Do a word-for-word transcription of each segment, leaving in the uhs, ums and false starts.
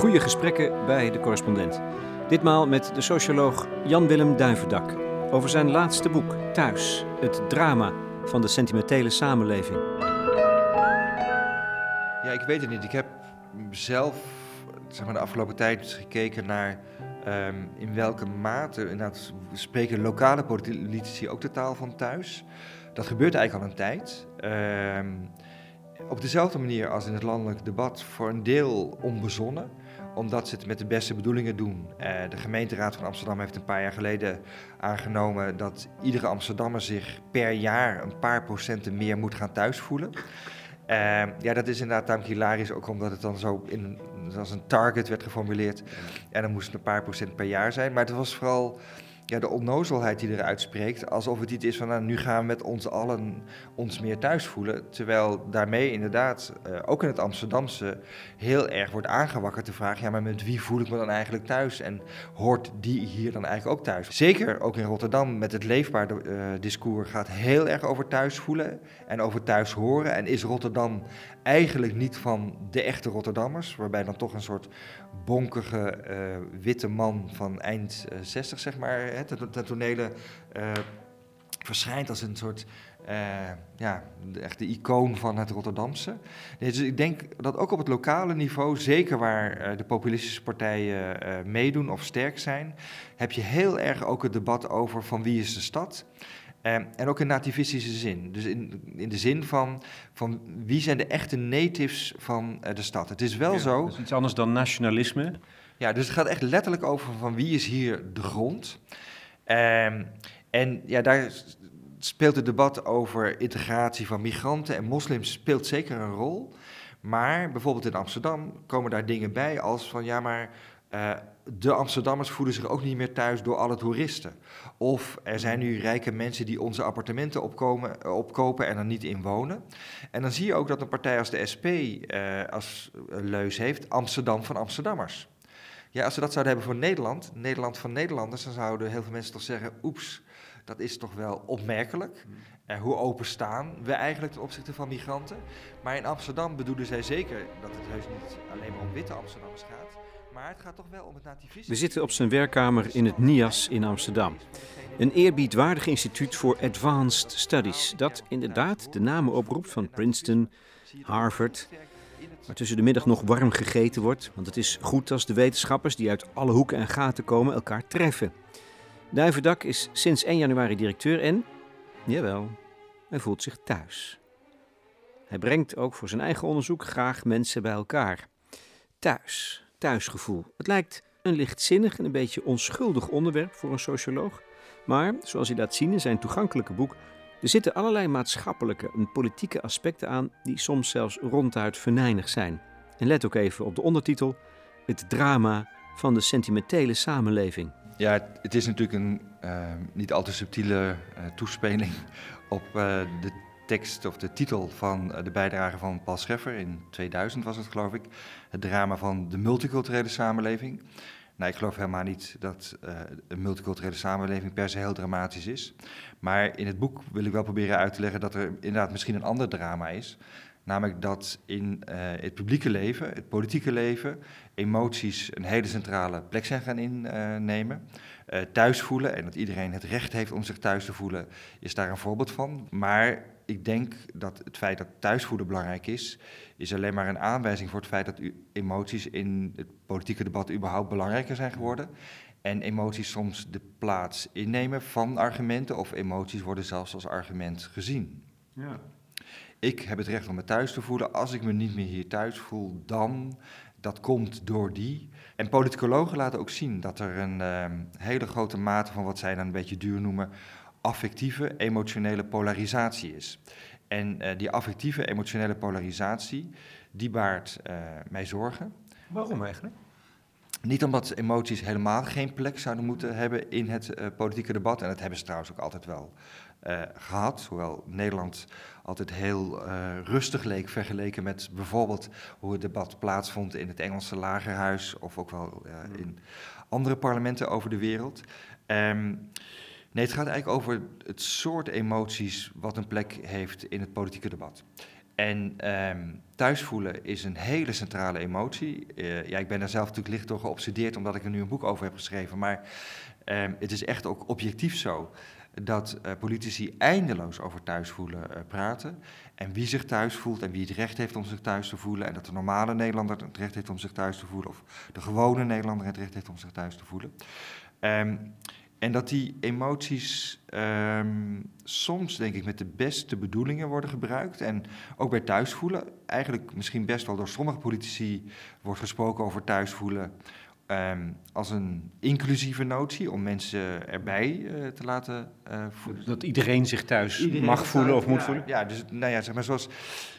Goede gesprekken bij De Correspondent. Ditmaal met de socioloog Jan-Willem Duivendak over zijn laatste boek, Thuis, het drama van de sentimentele samenleving. Ja, ik weet het niet. Ik heb zelf zeg maar, de afgelopen tijd gekeken naar um, in welke mate, inderdaad, spreken lokale politici ook de taal van thuis. Dat gebeurt eigenlijk al een tijd. Um, op dezelfde manier als in het landelijk debat, voor een deel onbezonnen, omdat ze het met de beste bedoelingen doen. Uh, de gemeenteraad van Amsterdam heeft een paar jaar geleden aangenomen dat iedere Amsterdammer zich per jaar een paar procenten meer moet gaan thuis voelen. Uh, ja, dat is inderdaad tamelijk hilarisch, ook omdat het dan zo in, als een target werd geformuleerd. En dan moest het een paar procent per jaar zijn. Maar het was vooral ja, de onnozelheid die eruit spreekt, alsof het iets is van nou, nu gaan we met ons allen ons meer thuis voelen. Terwijl daarmee inderdaad, uh, ook in het Amsterdamse, heel erg wordt aangewakkerd de vraag, ja, maar met wie voel ik me dan eigenlijk thuis? En hoort die hier dan eigenlijk ook thuis? Zeker ook in Rotterdam met het leefbaar uh, discours gaat heel erg over thuis voelen en over thuis horen. En is Rotterdam eigenlijk niet van de echte Rotterdammers, waarbij dan toch een soort bonkige uh, witte man van eind uh, zestig, zeg maar, hè, ten, ten tonele uh, verschijnt als een soort, uh, ja, de, echt de icoon van het Rotterdamse. Dus ik denk dat ook op het lokale niveau, zeker waar uh, de populistische partijen uh, meedoen of sterk zijn, heb je heel erg ook het debat over van wie is de stad. Uh, en ook in nativistische zin. Dus in, in de zin van, van wie zijn de echte natives van uh, de stad. Het is wel ja, zo. Dat is iets anders dan nationalisme. Ja, dus het gaat echt letterlijk over van wie is hier de grond. Uh, en ja, daar speelt het debat over integratie van migranten en moslims speelt zeker een rol. Maar bijvoorbeeld in Amsterdam komen daar dingen bij als van ja, maar Uh, de Amsterdammers voelen zich ook niet meer thuis door alle toeristen. Of er zijn nu rijke mensen die onze appartementen opkomen, opkopen en er niet in wonen. En dan zie je ook dat een partij als de S P uh, als leus heeft Amsterdam van Amsterdammers. Ja, als ze dat zouden hebben voor Nederland, Nederland van Nederlanders, dan zouden heel veel mensen toch zeggen, oeps, dat is toch wel opmerkelijk. Uh, hoe openstaan we eigenlijk ten opzichte van migranten. Maar in Amsterdam bedoelen zij zeker dat het heus niet alleen maar om witte Amsterdammers gaat. Maar het gaat toch wel om het nativisme. We zitten op zijn werkkamer in het N I A S in Amsterdam. Een eerbiedwaardig instituut voor Advanced Studies, dat inderdaad de namen oproept van Princeton, Harvard, maar tussen de middag nog warm gegeten wordt, want het is goed als de wetenschappers die uit alle hoeken en gaten komen elkaar treffen. Duivendak is sinds één januari directeur en, jawel, hij voelt zich thuis. Hij brengt ook voor zijn eigen onderzoek graag mensen bij elkaar. Thuis. Thuisgevoel. Het lijkt een lichtzinnig en een beetje onschuldig onderwerp voor een socioloog. Maar, zoals hij laat zien in zijn toegankelijke boek, er zitten allerlei maatschappelijke en politieke aspecten aan die soms zelfs ronduit venijnig zijn. En let ook even op de ondertitel, het drama van de sentimentele samenleving. Ja, het is natuurlijk een uh, niet al te subtiele uh, toespeling op uh, de tekst of de titel van de bijdrage van Paul Scheffer in tweeduizend was het, geloof ik. Het drama van de multiculturele samenleving. Nou, ik geloof helemaal niet dat uh, een multiculturele samenleving per se heel dramatisch is. Maar in het boek wil ik wel proberen uit te leggen dat er inderdaad misschien een ander drama is. Namelijk dat in uh, het publieke leven, het politieke leven, emoties een hele centrale plek zijn gaan innemen. Uh, thuis voelen en dat iedereen het recht heeft om zich thuis te voelen, is daar een voorbeeld van. Maar ik denk dat het feit dat thuisvoelen belangrijk is, is alleen maar een aanwijzing voor het feit dat emoties in het politieke debat überhaupt belangrijker zijn geworden. En emoties soms de plaats innemen van argumenten of emoties worden zelfs als argument gezien. Ja. Ik heb het recht om me thuis te voelen. Als ik me niet meer hier thuis voel, dan, dat komt door die. En politicologen laten ook zien dat er een uh, hele grote mate van wat zij dan een beetje duur noemen, affectieve, emotionele polarisatie is. En uh, die affectieve, emotionele polarisatie, die baart uh, mij zorgen. Waarom eigenlijk? Niet omdat emoties helemaal geen plek zouden moeten hebben in het uh, politieke debat. En dat hebben ze trouwens ook altijd wel uh, gehad. Hoewel Nederland altijd heel uh, rustig leek vergeleken met bijvoorbeeld hoe het debat plaatsvond in het Engelse lagerhuis. Of ook wel uh, in andere parlementen over de wereld. Um, nee, het gaat eigenlijk over het soort emoties wat een plek heeft in het politieke debat. En um, thuisvoelen is een hele centrale emotie. Uh, ja, ik ben daar zelf natuurlijk licht door geobsedeerd, omdat ik er nu een boek over heb geschreven. Maar um, het is echt ook objectief zo dat uh, politici eindeloos over thuisvoelen uh, praten. En wie zich thuis voelt en wie het recht heeft om zich thuis te voelen. En dat de normale Nederlander het recht heeft om zich thuis te voelen. Of de gewone Nederlander het recht heeft om zich thuis te voelen. Um, en dat die emoties um, soms, denk ik, met de beste bedoelingen worden gebruikt. En ook bij thuisvoelen, eigenlijk misschien best wel door sommige politici wordt gesproken over thuisvoelen um, als een inclusieve notie, om mensen erbij uh, te laten uh, voelen. Dat iedereen zich thuis iedereen mag voelen thuis, of moet ja, voelen? Ja, dus nou ja, zeg maar zoals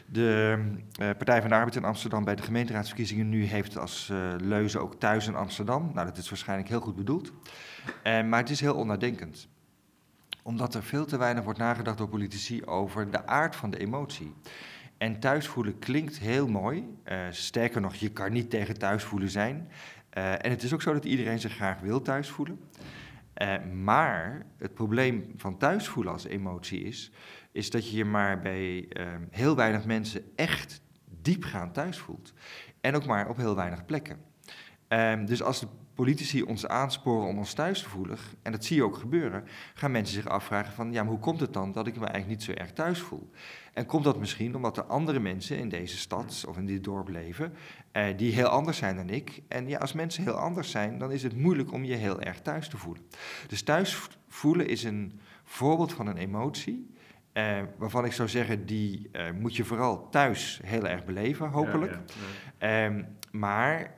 de uh, Partij van de Arbeid in Amsterdam bij de gemeenteraadsverkiezingen nu heeft als uh, leuze ook thuis in Amsterdam. Nou, dat is waarschijnlijk heel goed bedoeld. Uh, maar het is heel onnadenkend. Omdat er veel te weinig wordt nagedacht door politici over de aard van de emotie. En thuisvoelen klinkt heel mooi. Uh, sterker nog, je kan niet tegen thuisvoelen zijn. Uh, en het is ook zo dat iedereen zich graag wil thuisvoelen. Uh, maar het probleem van thuisvoelen als emotie is, is dat je je maar bij uh, heel weinig mensen echt diepgaand thuis voelt. En ook maar op heel weinig plekken. Uh, dus als de politici ons aansporen om ons thuis te voelen, en dat zie je ook gebeuren, gaan mensen zich afvragen van, ja, maar hoe komt het dan dat ik me eigenlijk niet zo erg thuis voel? En komt dat misschien omdat er andere mensen in deze stad of in dit dorp leven, eh, die heel anders zijn dan ik? En ja, als mensen heel anders zijn, dan is het moeilijk om je heel erg thuis te voelen. Dus thuis voelen is een voorbeeld van een emotie, eh, waarvan ik zou zeggen, die eh, moet je vooral thuis heel erg beleven, hopelijk. Ja, ja, ja. Eh, maar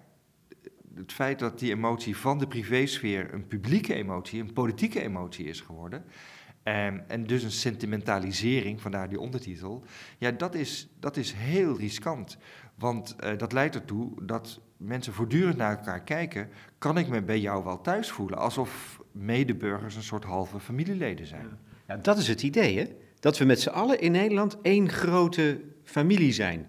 het feit dat die emotie van de privésfeer een publieke emotie, een politieke emotie is geworden, um, en dus een sentimentalisering, vandaar die ondertitel, ja, dat is, dat is heel riskant. Want uh, dat leidt ertoe dat mensen voortdurend naar elkaar kijken, kan ik me bij jou wel thuis voelen? Alsof medeburgers een soort halve familieleden zijn. Ja, ja, dat is het idee, hè? Dat we met z'n allen in Nederland één grote familie zijn.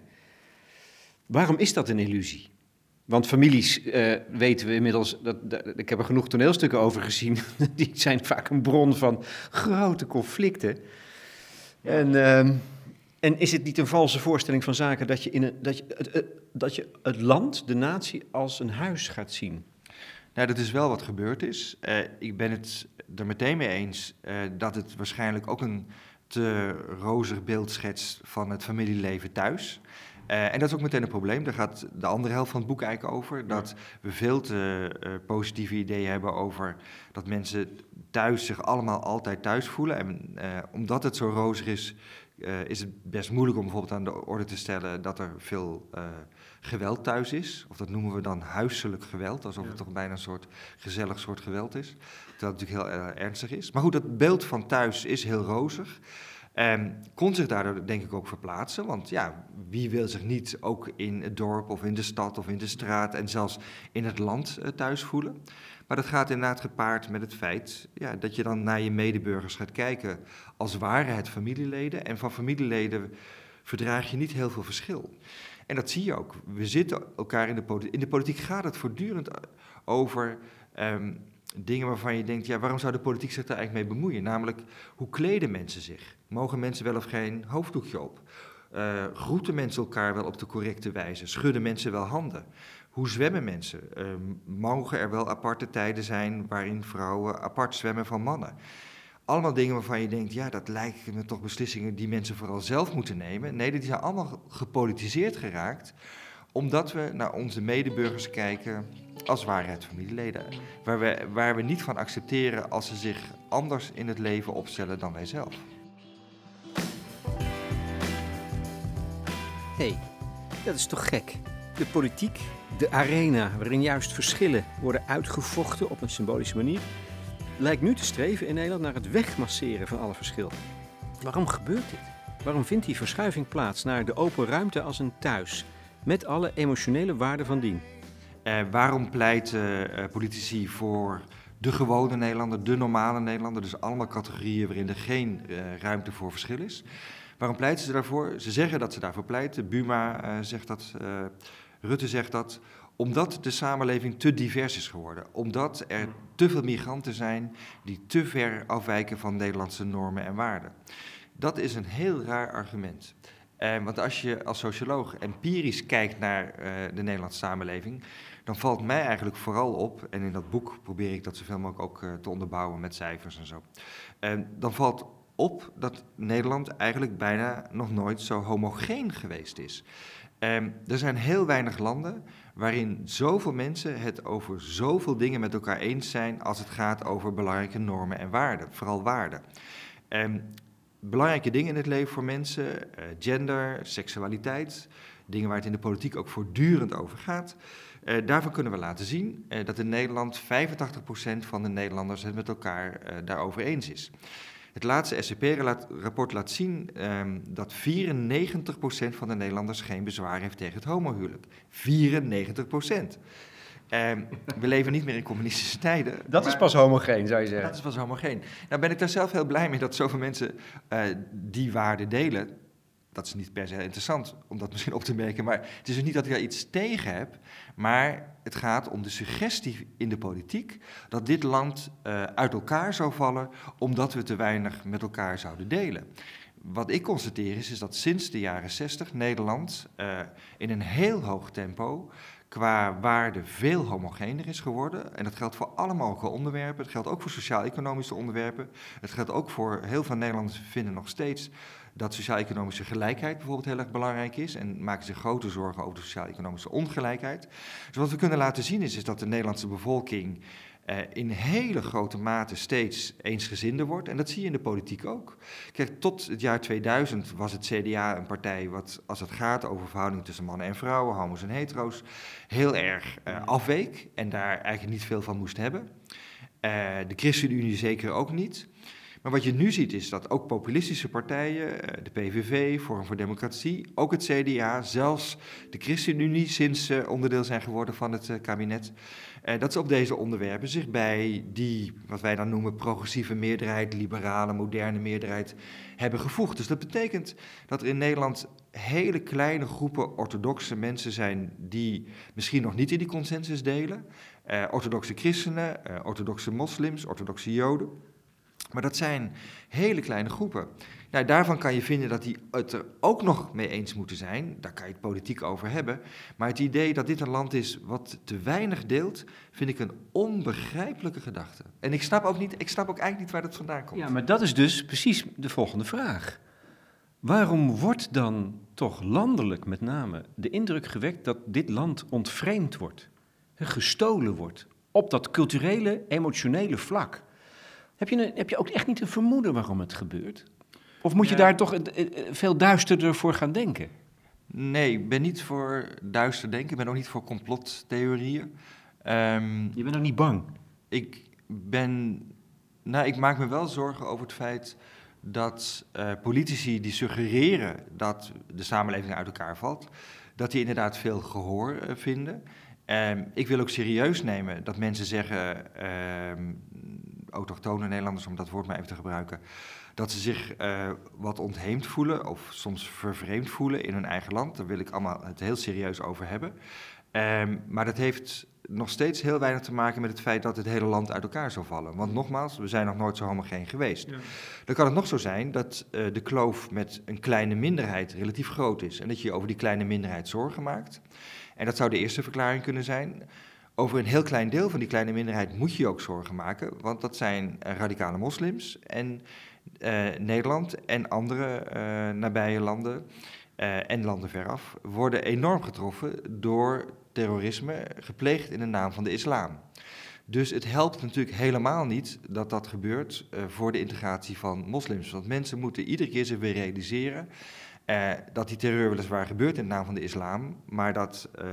Waarom is dat een illusie? Want families, uh, weten we inmiddels, dat, dat, ik heb er genoeg toneelstukken over gezien, die zijn vaak een bron van grote conflicten. Ja. En, uh, en is het niet een valse voorstelling van zaken dat je, in een, dat, je, het, dat je het land, de natie, als een huis gaat zien? Nou, dat is wel wat gebeurd is. Uh, ik ben het er meteen mee eens uh, dat het waarschijnlijk ook een te rozig beeld schetst van het familieleven thuis. Uh, en dat is ook meteen een probleem. Daar gaat de andere helft van het boek eigenlijk over. Dat we veel te uh, positieve ideeën hebben over dat mensen thuis zich allemaal altijd thuis voelen. En uh, omdat het zo rozig is, uh, is het best moeilijk om bijvoorbeeld aan de orde te stellen dat er veel uh, geweld thuis is. Of dat noemen we dan huiselijk geweld, alsof ja. het toch bijna een soort gezellig soort geweld is. Terwijl het natuurlijk heel uh, ernstig is. Maar goed, dat beeld van thuis is heel rozig. Um, kon zich daardoor denk ik ook verplaatsen, want ja, wie wil zich niet ook in het dorp of in de stad of in de straat en zelfs in het land uh, thuis voelen. Maar dat gaat inderdaad gepaard met het feit ja, dat je dan naar je medeburgers gaat kijken als waren het familieleden. En van familieleden verdraag je niet heel veel verschil. En dat zie je ook. We zitten elkaar in de politiek. In de politiek gaat het voortdurend over Um, dingen waarvan je denkt, ja, waarom zou de politiek zich daar eigenlijk mee bemoeien? Namelijk, hoe kleden mensen zich? Mogen mensen wel of geen hoofddoekje op? Uh, groeten mensen elkaar wel op de correcte wijze? Schudden mensen wel handen? Hoe zwemmen mensen? Uh, mogen er wel aparte tijden zijn waarin vrouwen apart zwemmen van mannen? Allemaal dingen waarvan je denkt, ja, dat lijken me toch beslissingen die mensen vooral zelf moeten nemen. Nee, die zijn allemaal gepolitiseerd geraakt, omdat we naar onze medeburgers kijken als waren het familieleden. Waar we, waar we niet van accepteren als ze zich anders in het leven opstellen dan wij zelf. Hé, hey, dat is toch gek? De politiek, de arena waarin juist verschillen worden uitgevochten op een symbolische manier, lijkt nu te streven in Nederland naar het wegmasseren van alle verschil. Waarom gebeurt dit? Waarom vindt die verschuiving plaats naar de open ruimte als een thuis, met alle emotionele waarden van dien? Uh, waarom pleiten uh, politici voor de gewone Nederlander, de normale Nederlander, dus allemaal categorieën waarin er geen uh, ruimte voor verschil is? Waarom pleiten ze daarvoor? Ze zeggen dat ze daarvoor pleiten. Buma uh, zegt dat, uh, Rutte zegt dat, omdat de samenleving te divers is geworden. Omdat er te veel migranten zijn die te ver afwijken van Nederlandse normen en waarden. Dat is een heel raar argument. Uh, want als je als socioloog empirisch kijkt naar uh, de Nederlandse samenleving, dan valt mij eigenlijk vooral op, en in dat boek probeer ik dat zoveel mogelijk ook uh, te onderbouwen met cijfers en zo, uh, dan valt op dat Nederland eigenlijk bijna nog nooit zo homogeen geweest is. Um, er zijn heel weinig landen waarin zoveel mensen het over zoveel dingen met elkaar eens zijn als het gaat over belangrijke normen en waarden, vooral waarden. Um, belangrijke dingen in het leven voor mensen, uh, gender, seksualiteit, dingen waar het in de politiek ook voortdurend over gaat. Uh, daarvan kunnen we laten zien uh, dat in Nederland vijfentachtig procent van de Nederlanders het met elkaar uh, daarover eens is. Het laatste S C P-rapport laat zien um, dat vierennegentig procent van de Nederlanders geen bezwaar heeft tegen het homohuwelijk. vierennegentig procent. Um, we leven niet meer in communistische tijden. Dat is pas homogeen, zou je zeggen. Dat is pas homogeen. Nou ben ik daar zelf heel blij mee dat zoveel mensen uh, die waarden delen. Dat is niet per se interessant om dat misschien op te merken, maar het is dus niet dat ik daar iets tegen heb, maar het gaat om de suggestie in de politiek dat dit land uh, uit elkaar zou vallen omdat we te weinig met elkaar zouden delen. Wat ik constateer is, is dat sinds de jaren zestig Nederland uh, in een heel hoog tempo qua waarde veel homogener is geworden. En dat geldt voor alle mogelijke onderwerpen. Het geldt ook voor sociaal-economische onderwerpen. Het geldt ook voor heel veel Nederlanders vinden nog steeds dat sociaal-economische gelijkheid bijvoorbeeld heel erg belangrijk is en maken zich grote zorgen over de sociaal-economische ongelijkheid. Dus wat we kunnen laten zien is, is dat de Nederlandse bevolking uh, in hele grote mate steeds eensgezinder wordt. En dat zie je in de politiek ook. Kijk, tot het jaar tweeduizend was het C D A een partij wat, als het gaat over verhoudingen tussen mannen en vrouwen, homo's en hetero's, heel erg uh, afweek en daar eigenlijk niet veel van moest hebben. Uh, de ChristenUnie zeker ook niet. Maar wat je nu ziet is dat ook populistische partijen, de P V V, Forum voor Democratie, ook het C D A, zelfs de ChristenUnie sinds ze onderdeel zijn geworden van het kabinet, dat ze op deze onderwerpen zich bij die, wat wij dan noemen, progressieve meerderheid, liberale, moderne meerderheid, hebben gevoegd. Dus dat betekent dat er in Nederland hele kleine groepen orthodoxe mensen zijn die misschien nog niet in die consensus delen. Uh, orthodoxe christenen, uh, orthodoxe moslims, orthodoxe joden. Maar dat zijn hele kleine groepen. Nou, daarvan kan je vinden dat die het er ook nog mee eens moeten zijn. Daar kan je het politiek over hebben. Maar het idee dat dit een land is wat te weinig deelt, vind ik een onbegrijpelijke gedachte. En ik snap ook, niet, ik snap ook eigenlijk niet waar dat vandaan komt. Ja, maar dat is dus precies de volgende vraag. Waarom wordt dan toch landelijk met name de indruk gewekt dat dit land ontvreemd wordt, gestolen wordt, op dat culturele, emotionele vlak? Heb je, een, heb je ook echt niet een vermoeden waarom het gebeurt? Of moet je ja. daar toch veel duisterder voor gaan denken? Nee, ik ben niet voor duister denken. Ik ben ook niet voor complottheorieën. Um, je bent ook niet bang? Ik ben... Nou, ik maak me wel zorgen over het feit dat uh, politici die suggereren dat de samenleving uit elkaar valt, dat die inderdaad veel gehoor uh, vinden. Um, ik wil ook serieus nemen dat mensen zeggen, um, autochtone Nederlanders, om dat woord maar even te gebruiken, dat ze zich uh, wat ontheemd voelen of soms vervreemd voelen in hun eigen land. Daar wil ik allemaal het heel serieus over hebben. Um, maar dat heeft nog steeds heel weinig te maken met het feit dat het hele land uit elkaar zou vallen. Want nogmaals, we zijn nog nooit zo homogeen geweest. Ja. Dan kan het nog zo zijn dat uh, de kloof met een kleine minderheid relatief groot is en dat je je over die kleine minderheid zorgen maakt. En dat zou de eerste verklaring kunnen zijn. Over een heel klein deel van die kleine minderheid moet je je ook zorgen maken, want dat zijn uh, radicale moslims en uh, Nederland en andere uh, nabije landen uh, en landen veraf worden enorm getroffen door terrorisme gepleegd in de naam van de islam. Dus het helpt natuurlijk helemaal niet dat dat gebeurt uh, voor de integratie van moslims. Want mensen moeten iedere keer zich weer realiseren uh, dat die terreur weliswaar gebeurt in de naam van de islam, maar dat uh,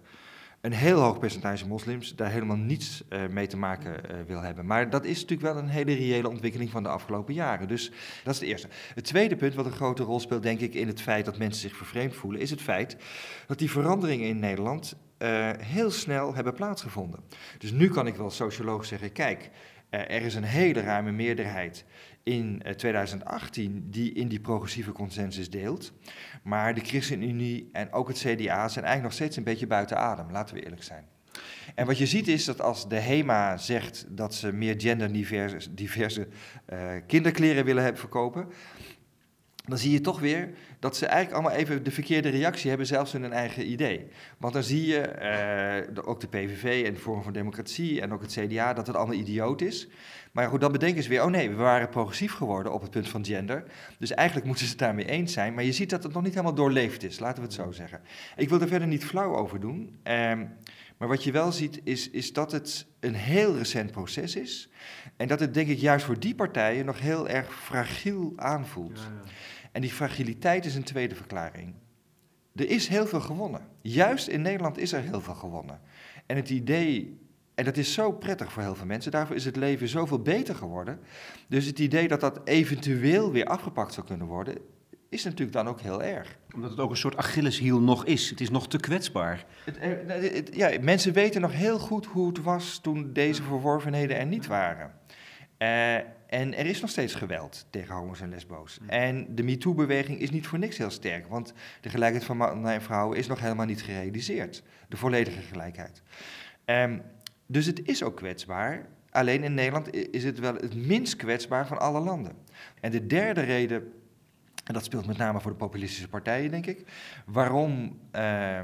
een heel hoog percentage moslims daar helemaal niets uh, mee te maken uh, wil hebben. Maar dat is natuurlijk wel een hele reële ontwikkeling van de afgelopen jaren. Dus dat is het eerste. Het tweede punt wat een grote rol speelt, denk ik, in het feit dat mensen zich vervreemd voelen, is het feit dat die veranderingen in Nederland uh, heel snel hebben plaatsgevonden. Dus nu kan ik wel als socioloog zeggen, kijk, uh, er is een hele ruime meerderheid in uh, tweeduizend achttien die in die progressieve consensus deelt. Maar de ChristenUnie en ook het C D A zijn eigenlijk nog steeds een beetje buiten adem, laten we eerlijk zijn. En wat je ziet is dat als de HEMA zegt dat ze meer genderdiverse diverse, uh, kinderkleren willen hebben verkopen, dan zie je toch weer dat ze eigenlijk allemaal even de verkeerde reactie hebben, zelfs in hun eigen idee. Want dan zie je, uh, ook de P V V en de Forum voor Democratie en ook het C D A, dat het allemaal idioot is. Maar goed, dan bedenken ze weer, oh nee, we waren progressief geworden op het punt van gender. Dus eigenlijk moeten ze het daarmee eens zijn. Maar je ziet dat het nog niet helemaal doorleefd is, laten we het zo zeggen. Ik wil er verder niet flauw over doen. Um, maar wat je wel ziet, is, is dat het een heel recent proces is. En dat het, denk ik, juist voor die partijen nog heel erg fragiel aanvoelt. Ja, ja. En die fragiliteit is een tweede verklaring. Er is heel veel gewonnen. Juist in Nederland is er heel veel gewonnen. En het idee, en dat is zo prettig voor heel veel mensen, daarvoor is het leven zoveel beter geworden. Dus het idee dat dat eventueel weer afgepakt zou kunnen worden, is natuurlijk dan ook heel erg. Omdat het ook een soort Achilleshiel nog is. Het is nog te kwetsbaar. Het, het, het, ja, mensen weten nog heel goed hoe het was toen deze verworvenheden er niet waren. Uh, en er is nog steeds geweld tegen homo's en lesbo's. En de MeToo-beweging is niet voor niks heel sterk, want de gelijkheid van mannen en vrouwen is nog helemaal niet gerealiseerd. De volledige gelijkheid. Um, dus het is ook kwetsbaar. Alleen in Nederland is het wel het minst kwetsbaar van alle landen. En de derde reden, en dat speelt met name voor de populistische partijen, denk ik, waarom, uh,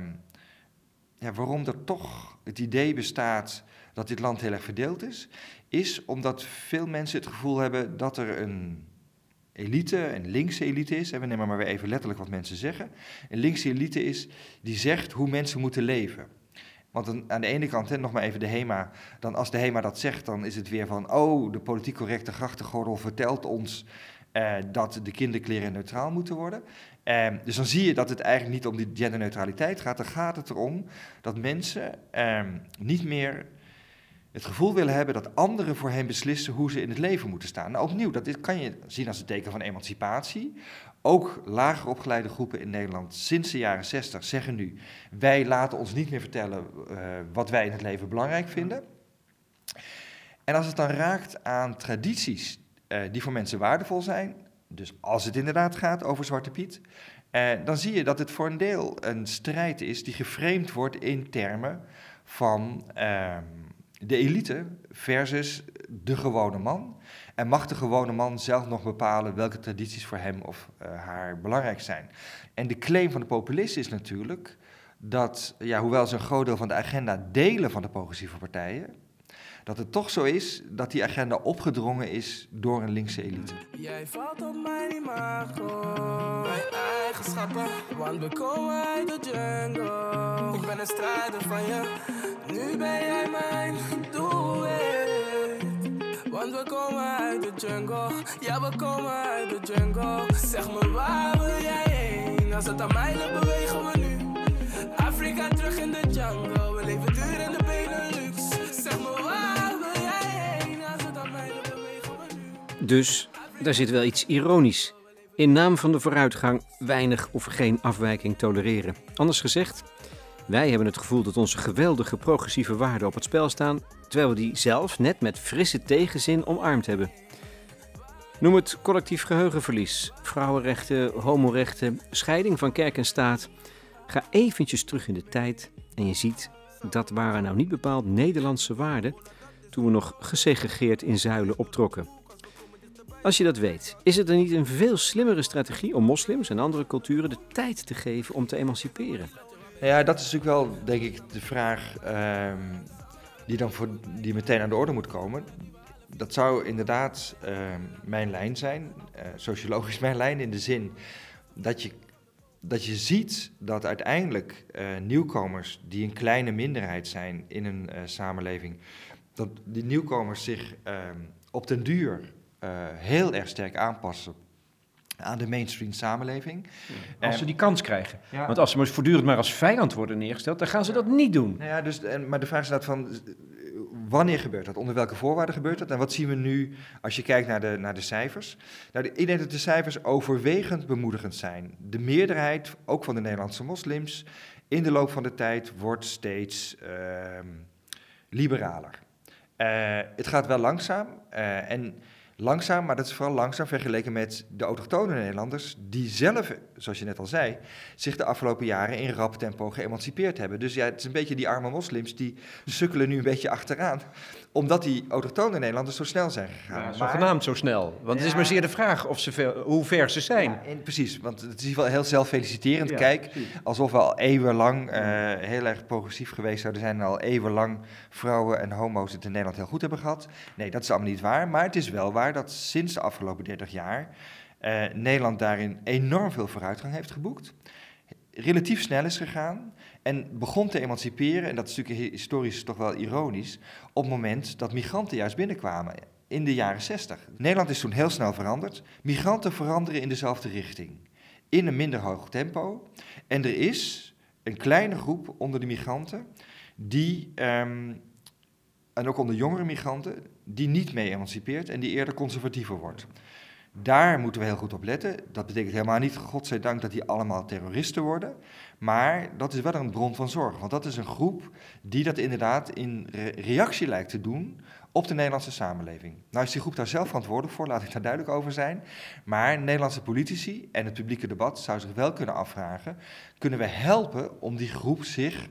ja, waarom er toch het idee bestaat dat dit land heel erg verdeeld is, is omdat veel mensen het gevoel hebben dat er een elite, een linkse elite is, en we nemen maar weer even letterlijk wat mensen zeggen, een linkse elite is die zegt hoe mensen moeten leven. Want dan, aan de ene kant, hè, nog maar even de HEMA, dan als de HEMA dat zegt, dan is het weer van, oh, de politiek correcte grachtengordel vertelt ons uh, dat de kinderkleren neutraal moeten worden. Uh, dus dan zie je dat het eigenlijk niet om die genderneutraliteit gaat, dan gaat het erom dat mensen uh, niet meer het gevoel willen hebben dat anderen voor hen beslissen hoe ze in het leven moeten staan. Nou, opnieuw, dat kan je zien als een teken van emancipatie. Ook lager opgeleide groepen in Nederland sinds de jaren zestig zeggen nu, wij laten ons niet meer vertellen uh, wat wij in het leven belangrijk vinden. En als het dan raakt aan tradities uh, die voor mensen waardevol zijn, dus als het inderdaad gaat over Zwarte Piet, uh, dan zie je dat het voor een deel een strijd is die geframed wordt in termen van Uh, de elite versus de gewone man. En mag de gewone man zelf nog bepalen welke tradities voor hem of uh, haar belangrijk zijn. En de claim van de populisten is natuurlijk dat, ja, hoewel ze een groot deel van de agenda delen van de progressieve partijen, dat het toch zo is dat die agenda opgedrongen is door een linkse elite. Jij valt op mijn imago, mijn eigenschappen, want we komen uit de jungle. Ik ben een strijder van je, nu ben jij mijn doelwit. Want we komen uit de jungle, ja we komen uit de jungle. Zeg me waar wil jij heen, als het aan mij ligt bewegen we nu. Afrika terug in de jungle, we leven duur in de Benelux. Zeg me waar wil jij heen, als het aan mij ligt bewegen we nu. Dus, daar zit wel iets ironisch. In naam van de vooruitgang weinig of geen afwijking tolereren. Anders gezegd, wij hebben het gevoel dat onze geweldige progressieve waarden op het spel staan, terwijl we die zelf net met frisse tegenzin omarmd hebben. Noem het collectief geheugenverlies, vrouwenrechten, homorechten, scheiding van kerk en staat. Ga eventjes terug in de tijd en je ziet, dat waren nou niet bepaald Nederlandse waarden toen we nog gesegregeerd in zuilen optrokken. Als je dat weet, is het dan niet een veel slimmere strategie om moslims en andere culturen de tijd te geven om te emanciperen? Ja, dat is natuurlijk wel, denk ik, de vraag uh, die dan voor, die meteen aan de orde moet komen. Dat zou inderdaad uh, mijn lijn zijn, uh, sociologisch mijn lijn, in de zin dat je, dat je ziet dat uiteindelijk uh, nieuwkomers die een kleine minderheid zijn in een uh, samenleving, dat die nieuwkomers zich uh, op den duur uh, heel erg sterk aanpassen aan de mainstream samenleving. Ja, als ze die kans krijgen. Ja. Want als ze maar voortdurend maar als vijand worden neergesteld, dan gaan ze dat niet doen. Nou ja, dus, en, maar de vraag is inderdaad van, wanneer gebeurt dat? Onder welke voorwaarden gebeurt dat? En wat zien we nu als je kijkt naar de, naar de cijfers? Nou, ik denk dat de cijfers overwegend bemoedigend zijn. De meerderheid, ook van de Nederlandse moslims, in de loop van de tijd wordt steeds uh, liberaler. Uh, het gaat wel langzaam uh, en... Langzaam, maar dat is vooral langzaam vergeleken met de autochtone Nederlanders, die zelf, zoals je net al zei, zich de afgelopen jaren in rap tempo geëmancipeerd hebben. Dus ja, het is een beetje die arme moslims, die sukkelen nu een beetje achteraan, Omdat die autochtone Nederlanders zo snel zijn gegaan. Ja, Maar- zogenaamd zo snel. Want het is Ja. maar zeer de vraag of ze ver, hoe ver ze zijn. Ja, en precies, want het is wel heel zelffeliciterend. Ja, Kijk, precies. alsof we al eeuwenlang uh, heel erg progressief geweest zouden zijn en al eeuwenlang vrouwen en homo's het in Nederland heel goed hebben gehad. Nee, dat is allemaal niet waar. Maar het is wel waar dat sinds de afgelopen dertig jaar uh, Nederland daarin enorm veel vooruitgang heeft geboekt. Relatief snel is gegaan en begon te emanciperen, en dat is natuurlijk historisch toch wel ironisch, op het moment dat migranten juist binnenkwamen, in de jaren zestig. Nederland is toen heel snel veranderd. Migranten veranderen in dezelfde richting, in een minder hoog tempo. En er is een kleine groep onder de migranten, die, um, en ook onder jongere migranten, die niet mee emancipeert en die eerder conservatiever wordt. Daar moeten we heel goed op letten. Dat betekent helemaal niet, godzijdank, dat die allemaal terroristen worden. Maar dat is wel een bron van zorg. Want dat is een groep die dat inderdaad in re- reactie lijkt te doen op de Nederlandse samenleving. Nou is die groep daar zelf verantwoordelijk voor, laat ik daar duidelijk over zijn. Maar Nederlandse politici en het publieke debat zou zich wel kunnen afvragen, kunnen we helpen om die groep zich...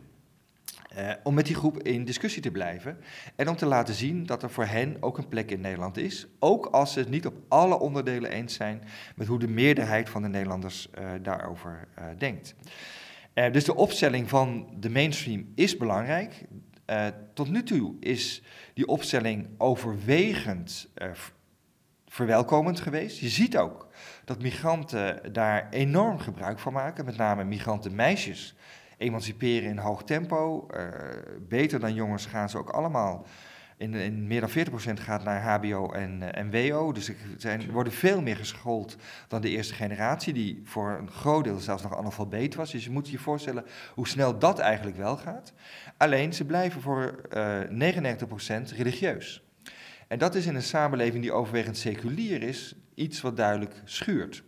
Uh, om met die groep in discussie te blijven en om te laten zien dat er voor hen ook een plek in Nederland is, ook als ze het niet op alle onderdelen eens zijn met hoe de meerderheid van de Nederlanders uh, daarover uh, denkt. Uh, dus de opstelling van de mainstream is belangrijk. Uh, tot nu toe is die opstelling overwegend uh, verwelkomend geweest. Je ziet ook dat migranten daar enorm gebruik van maken, met name migrantenmeisjes. Emanciperen in hoog tempo, uh, beter dan jongens gaan ze ook allemaal. In, in meer dan veertig procent gaat naar H B O en, uh, en W O, dus er zijn, worden veel meer geschoold dan de eerste generatie, die voor een groot deel zelfs nog analfabeet was. Dus je moet je voorstellen hoe snel dat eigenlijk wel gaat. Alleen, ze blijven voor uh, negenennegentig procent religieus. En dat is in een samenleving die overwegend seculier is, iets wat duidelijk schuurt.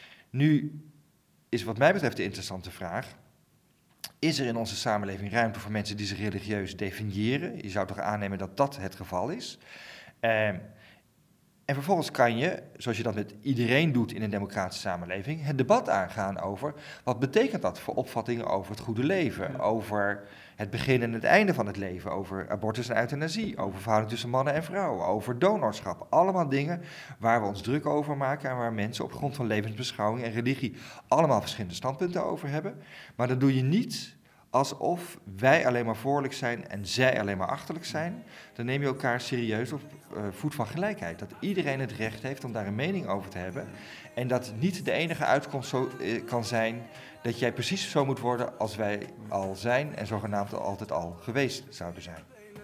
Nu is wat mij betreft de interessante vraag: is er in onze samenleving ruimte voor mensen die zich religieus definiëren? Je zou toch aannemen dat dat het geval is. Uh, en vervolgens kan je, zoals je dat met iedereen doet in een democratische samenleving, het debat aangaan over wat betekent dat voor opvattingen over het goede leven, ja. over het begin en het einde van het leven, over abortus en euthanasie, over verhouding tussen mannen en vrouwen, over donorschap. Allemaal dingen waar we ons druk over maken en waar mensen op grond van levensbeschouwing en religie allemaal verschillende standpunten over hebben. Maar dat doe je niet alsof wij alleen maar voorlijk zijn en zij alleen maar achterlijk zijn. Dan neem je elkaar serieus op uh, voet van gelijkheid. Dat iedereen het recht heeft om daar een mening over te hebben. En dat niet de enige uitkomst zo, uh, kan zijn dat jij precies zo moet worden als wij al zijn en zogenaamd altijd al geweest zouden zijn.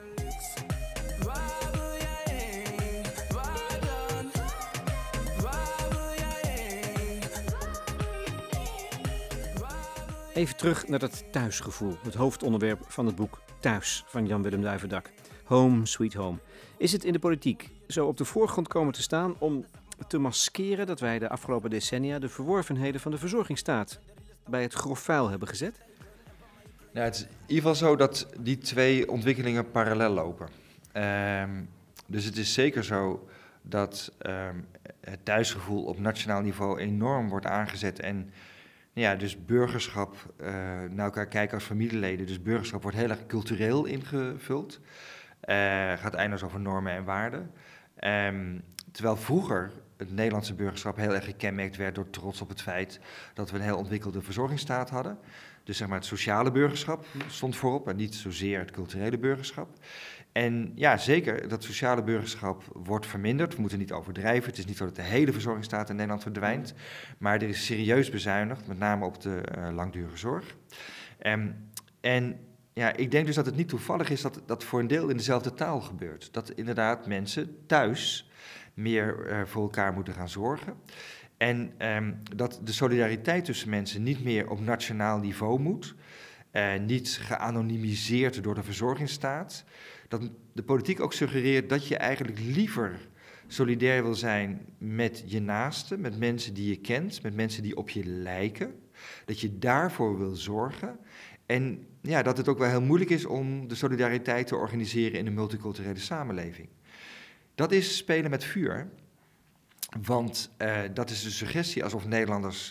Even terug naar dat thuisgevoel, het hoofdonderwerp van het boek Thuis van Jan-Willem Duivendak. Home, Sweet Home. Is het in de politiek zo op de voorgrond komen te staan om te maskeren dat wij de afgelopen decennia de verworvenheden van de verzorgingsstaat bij het grof vuil hebben gezet? Nou, het is in ieder geval zo dat die twee ontwikkelingen parallel lopen. Um, dus het is zeker zo dat um, het thuisgevoel op nationaal niveau enorm wordt aangezet en ja, dus burgerschap, uh, naar elkaar kijken als familieleden. Dus burgerschap wordt heel erg cultureel ingevuld. Uh, gaat eindeloos over normen en waarden. Um, terwijl vroeger het Nederlandse burgerschap heel erg gekenmerkt werd door trots op het feit dat we een heel ontwikkelde verzorgingsstaat hadden. Dus zeg maar het sociale burgerschap stond voorop en niet zozeer het culturele burgerschap. En ja, zeker, dat sociale burgerschap wordt verminderd. We moeten niet overdrijven. Het is niet zo dat de hele verzorgingsstaat in Nederland verdwijnt. Maar er is serieus bezuinigd, met name op de uh, langdurige zorg. Um, en ja, ik denk dus dat het niet toevallig is dat dat voor een deel in dezelfde taal gebeurt. Dat inderdaad mensen thuis meer uh, voor elkaar moeten gaan zorgen. En um, dat de solidariteit tussen mensen niet meer op nationaal niveau moet. Uh, niet geanonimiseerd door de verzorgingsstaat. Dat de politiek ook suggereert dat je eigenlijk liever solidair wil zijn met je naasten, met mensen die je kent, met mensen die op je lijken. Dat je daarvoor wil zorgen. En ja, dat het ook wel heel moeilijk is om de solidariteit te organiseren in een multiculturele samenleving. Dat is spelen met vuur. Want uh, dat is de suggestie alsof Nederlanders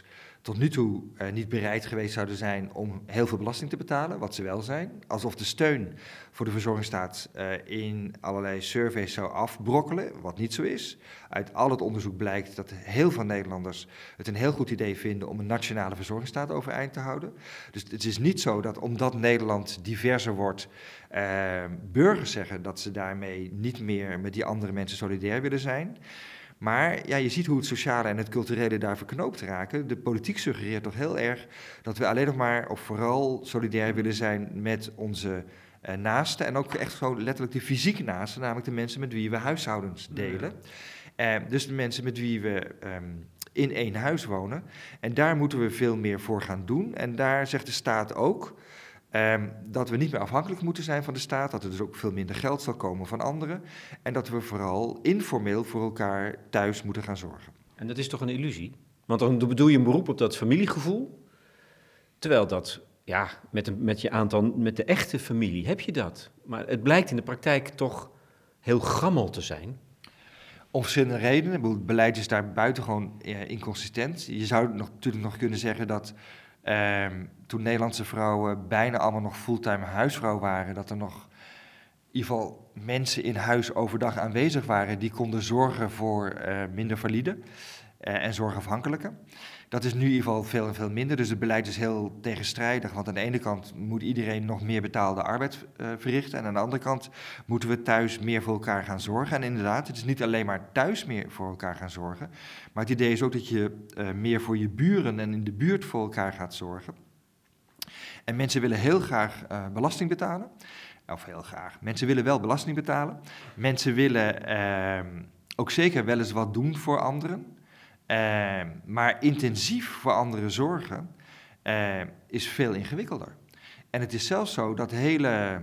tot nu toe uh, niet bereid geweest zouden zijn om heel veel belasting te betalen, wat ze wel zijn. Alsof de steun voor de verzorgingsstaat uh, in allerlei surveys zou afbrokkelen, wat niet zo is. Uit al het onderzoek blijkt dat heel veel Nederlanders het een heel goed idee vinden om een nationale verzorgingsstaat overeind te houden. Dus het is niet zo dat omdat Nederland diverser wordt, uh, burgers zeggen dat ze daarmee niet meer met die andere mensen solidair willen zijn. Maar ja, je ziet hoe het sociale en het culturele daar verknoopt raken. De politiek suggereert toch heel erg dat we alleen nog maar of vooral solidair willen zijn met onze uh, naasten. En ook echt gewoon letterlijk de fysieke naasten, namelijk de mensen met wie we huishoudens delen. Uh, dus de mensen met wie we um, in één huis wonen. En daar moeten we veel meer voor gaan doen. En daar zegt de staat ook Um, dat we niet meer afhankelijk moeten zijn van de staat, dat er dus ook veel minder geld zal komen van anderen en dat we vooral informeel voor elkaar thuis moeten gaan zorgen. En dat is toch een illusie? Want dan bedoel je een beroep op dat familiegevoel, terwijl dat, ja, met, een, met je aantal, met de echte familie heb je dat. Maar het blijkt in de praktijk toch heel gammel te zijn. Om verschillende redenen. Het beleid is daar buitengewoon uh, inconsistent. Je zou nog, natuurlijk nog kunnen zeggen dat Um, toen Nederlandse vrouwen bijna allemaal nog fulltime huisvrouw waren, dat er nog in ieder geval mensen in huis overdag aanwezig waren die konden zorgen voor uh, minder valide uh, en zorgafhankelijken. Dat is nu in ieder geval veel en veel minder, dus het beleid is heel tegenstrijdig, want aan de ene kant moet iedereen nog meer betaalde arbeid uh, verrichten en aan de andere kant moeten we thuis meer voor elkaar gaan zorgen. En inderdaad, het is niet alleen maar thuis meer voor elkaar gaan zorgen, maar het idee is ook dat je uh, meer voor je buren en in de buurt voor elkaar gaat zorgen. En mensen willen heel graag uh, belasting betalen, of heel graag, mensen willen wel belasting betalen. Mensen willen uh, ook zeker wel eens wat doen voor anderen. Uh, maar intensief voor anderen zorgen uh, is veel ingewikkelder. En het is zelfs zo dat hele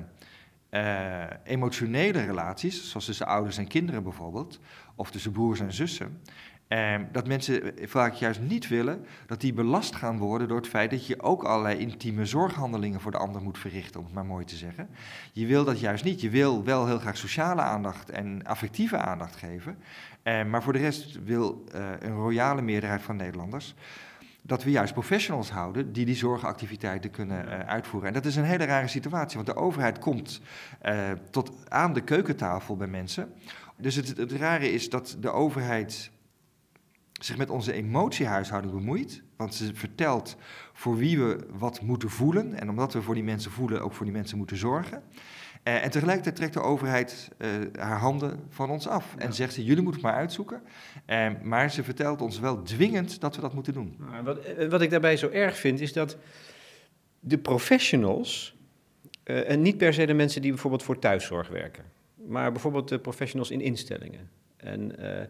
uh, emotionele relaties, zoals tussen ouders en kinderen bijvoorbeeld, of tussen broers en zussen, uh, dat mensen vaak juist niet willen dat die belast gaan worden door het feit dat je ook allerlei intieme zorghandelingen voor de ander moet verrichten, om het maar mooi te zeggen. Je wil dat juist niet. Je wil wel heel graag sociale aandacht en affectieve aandacht geven. Uh, maar voor de rest wil uh, een royale meerderheid van Nederlanders dat we juist professionals houden die die zorgactiviteiten kunnen uh, uitvoeren. En dat is een hele rare situatie, want de overheid komt uh, tot aan de keukentafel bij mensen. Dus het, het rare is dat de overheid zich met onze emotiehuishouding bemoeit, want ze vertelt voor wie we wat moeten voelen. En omdat we voor die mensen voelen, ook voor die mensen moeten zorgen. Uh, en tegelijkertijd trekt de overheid uh, haar handen van ons af. Ja. En zegt ze, jullie moeten het maar uitzoeken. Uh, maar ze vertelt ons wel dwingend dat we dat moeten doen. Nou, wat, wat ik daarbij zo erg vind, is dat de professionals, uh, en niet per se de mensen die bijvoorbeeld voor thuiszorg werken, maar bijvoorbeeld de professionals in instellingen. En uh,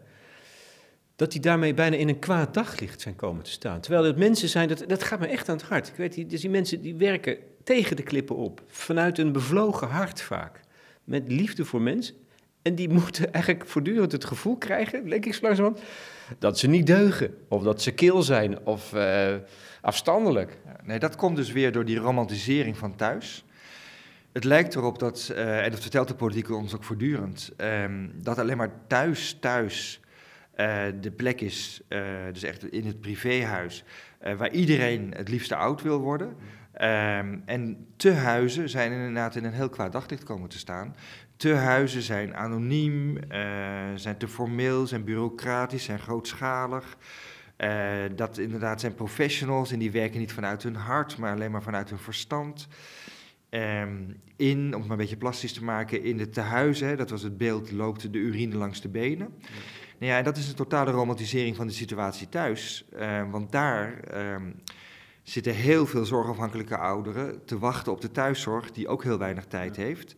dat die daarmee bijna in een kwaad daglicht zijn komen te staan. Terwijl het mensen zijn, dat, dat gaat me echt aan het hart. Ik weet, die, dus die mensen die werken tegen de klippen op, vanuit een bevlogen hart vaak, met liefde voor mensen. En die moeten eigenlijk voortdurend het gevoel krijgen, denk ik zo langzamerhand, dat ze niet deugen, of dat ze kil zijn, of uh, afstandelijk. Ja, nee, dat komt dus weer door die romantisering van thuis. Het lijkt erop dat, uh, en dat vertelt de politiek ons ook voortdurend, um, dat alleen maar thuis, thuis uh, de plek is, uh, dus echt in het privéhuis, uh, waar iedereen het liefste oud wil worden. Um, en tehuizen zijn inderdaad in een heel kwaad daglicht komen te staan. Tehuizen zijn anoniem, uh, zijn te formeel, zijn bureaucratisch, zijn grootschalig. Uh, dat inderdaad zijn professionals en die werken niet vanuit hun hart, maar alleen maar vanuit hun verstand. Um, in, om het maar een beetje plastisch te maken, in de tehuizen, hè, dat was het beeld, loopt de urine langs de benen. Ja. Nou ja, en dat is een totale romantisering van de situatie thuis. Uh, want daar um, zitten heel veel zorgafhankelijke ouderen te wachten op de thuiszorg, die ook heel weinig tijd ja. heeft.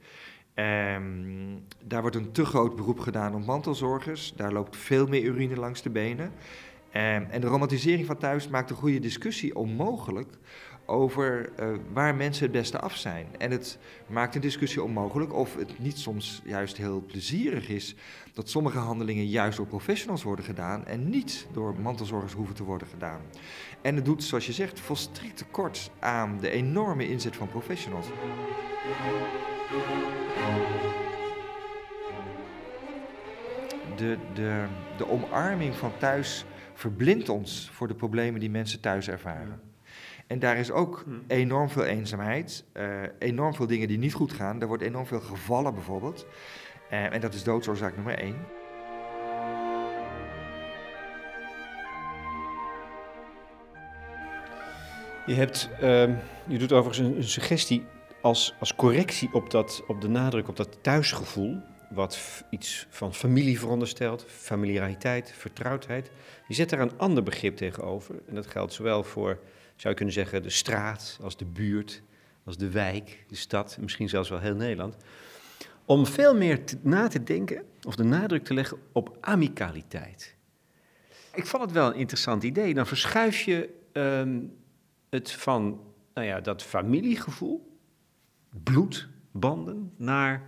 Um, daar wordt een te groot beroep gedaan op mantelzorgers. Daar loopt veel meer urine langs de benen. Um, en de romantisering van thuis maakt een goede discussie onmogelijk over uh, waar mensen het beste af zijn. En het maakt een discussie onmogelijk of het niet soms juist heel plezierig is dat sommige handelingen juist door professionals worden gedaan en niet door mantelzorgers hoeven te worden gedaan. En het doet, zoals je zegt, volstrekt tekort aan de enorme inzet van professionals. De, de, de omarming van thuis verblindt ons voor de problemen die mensen thuis ervaren. Ja. En daar is ook enorm veel eenzaamheid, uh, enorm veel dingen die niet goed gaan. Er wordt enorm veel gevallen bijvoorbeeld. Uh, en dat is doodsoorzaak nummer één. Je, hebt, uh, je doet overigens een, een suggestie als, als correctie op, dat, op de nadruk op dat thuisgevoel, wat f- iets van familie veronderstelt, familiariteit, vertrouwdheid. Je zet daar een ander begrip tegenover. En dat geldt zowel voor, zou je kunnen zeggen, de straat, als de buurt, als de wijk, de stad, misschien zelfs wel heel Nederland. Om veel meer te, na te denken, of de nadruk te leggen op amicaliteit. Ik vond het wel een interessant idee. Dan verschuif je um, het van, nou ja, dat familiegevoel, bloedbanden, naar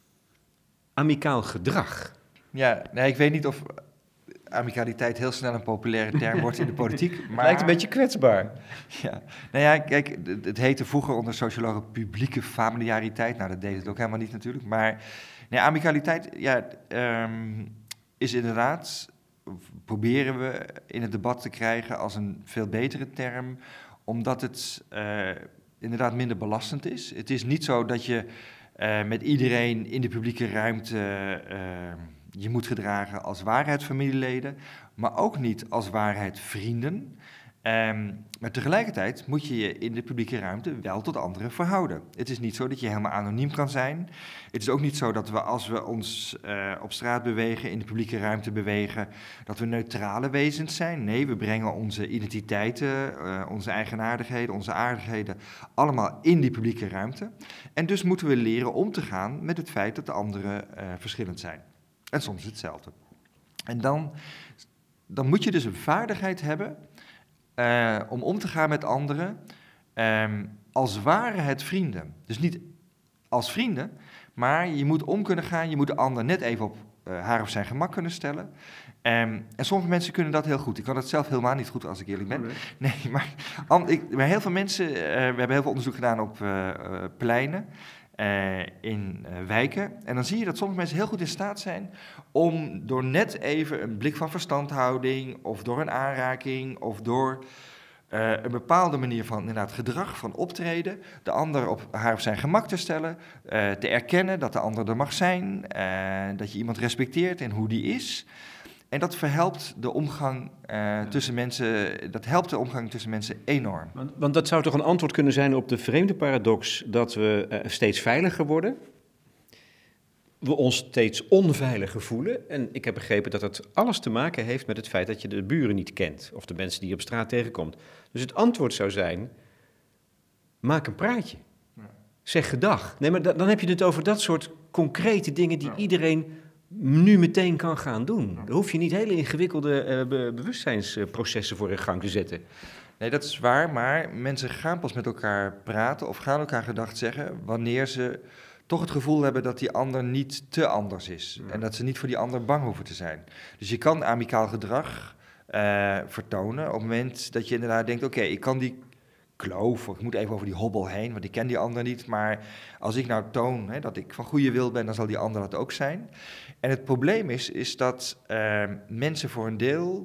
amicaal gedrag. Ja, nee, ik weet niet of amicaliteit heel snel een populaire term wordt in de politiek. Maar... Het lijkt een beetje kwetsbaar. Ja, nou ja, kijk, het heette vroeger onder sociologen publieke familiariteit. Nou, dat deed het ook helemaal niet natuurlijk. Maar nee, amicaliteit, ja, um, is inderdaad, proberen we in het debat te krijgen als een veel betere term, omdat het uh, inderdaad minder belastend is. Het is niet zo dat je uh, met iedereen in de publieke ruimte uh, je moet gedragen als waarheidsfamilieleden, maar ook niet als waarheidsvrienden. Um, maar tegelijkertijd moet je je in de publieke ruimte wel tot anderen verhouden. Het is niet zo dat je helemaal anoniem kan zijn. Het is ook niet zo dat we, als we ons uh, op straat bewegen, in de publieke ruimte bewegen, dat we neutrale wezens zijn. Nee, we brengen onze identiteiten, uh, onze eigenaardigheden, onze aardigheden allemaal in die publieke ruimte. En dus moeten we leren om te gaan met het feit dat de anderen uh, verschillend zijn. En soms hetzelfde. En dan, dan moet je dus een vaardigheid hebben Uh, om om te gaan met anderen, um, als waren het vrienden. Dus niet als vrienden, maar je moet om kunnen gaan, je moet de ander net even op uh, haar of zijn gemak kunnen stellen. Um, en sommige mensen kunnen dat heel goed. Ik kan dat zelf helemaal niet goed, als ik eerlijk ben. Nee, maar, ik, maar heel veel mensen, uh, we hebben heel veel onderzoek gedaan op uh, uh, pleinen, Uh, in uh, wijken. En dan zie je dat sommige mensen heel goed in staat zijn om door net even een blik van verstandhouding of door een aanraking of door uh, een bepaalde manier van inderdaad gedrag, van optreden, de ander op haar of zijn gemak te stellen, uh, te erkennen dat de ander er mag zijn, uh, dat je iemand respecteert en hoe die is. En dat verhelpt de omgang uh, tussen mensen, dat helpt de omgang tussen mensen enorm. Want, want dat zou toch een antwoord kunnen zijn op de vreemde paradox dat we uh, steeds veiliger worden, we ons steeds onveiliger voelen. En ik heb begrepen dat het alles te maken heeft met het feit dat je de buren niet kent, of de mensen die je op straat tegenkomt. Dus het antwoord zou zijn, maak een praatje. Zeg gedag. Nee, maar da- dan heb je het over dat soort concrete dingen die iedereen nu meteen kan gaan doen. Daar hoef je niet hele ingewikkelde uh, be- bewustzijnsprocessen voor in gang te zetten. Nee, dat is waar, maar mensen gaan pas met elkaar praten of gaan elkaar gedag zeggen wanneer ze toch het gevoel hebben dat die ander niet te anders is. Ja. En dat ze niet voor die ander bang hoeven te zijn. Dus je kan amicaal gedrag uh, vertonen op het moment dat je inderdaad denkt, oké, okay, ik kan die kloof, of ik moet even over die hobbel heen, want ik ken die ander niet. Maar als ik nou toon hè, dat ik van goede wil ben, dan zal die ander dat ook zijn. En het probleem is, is dat uh, mensen voor een deel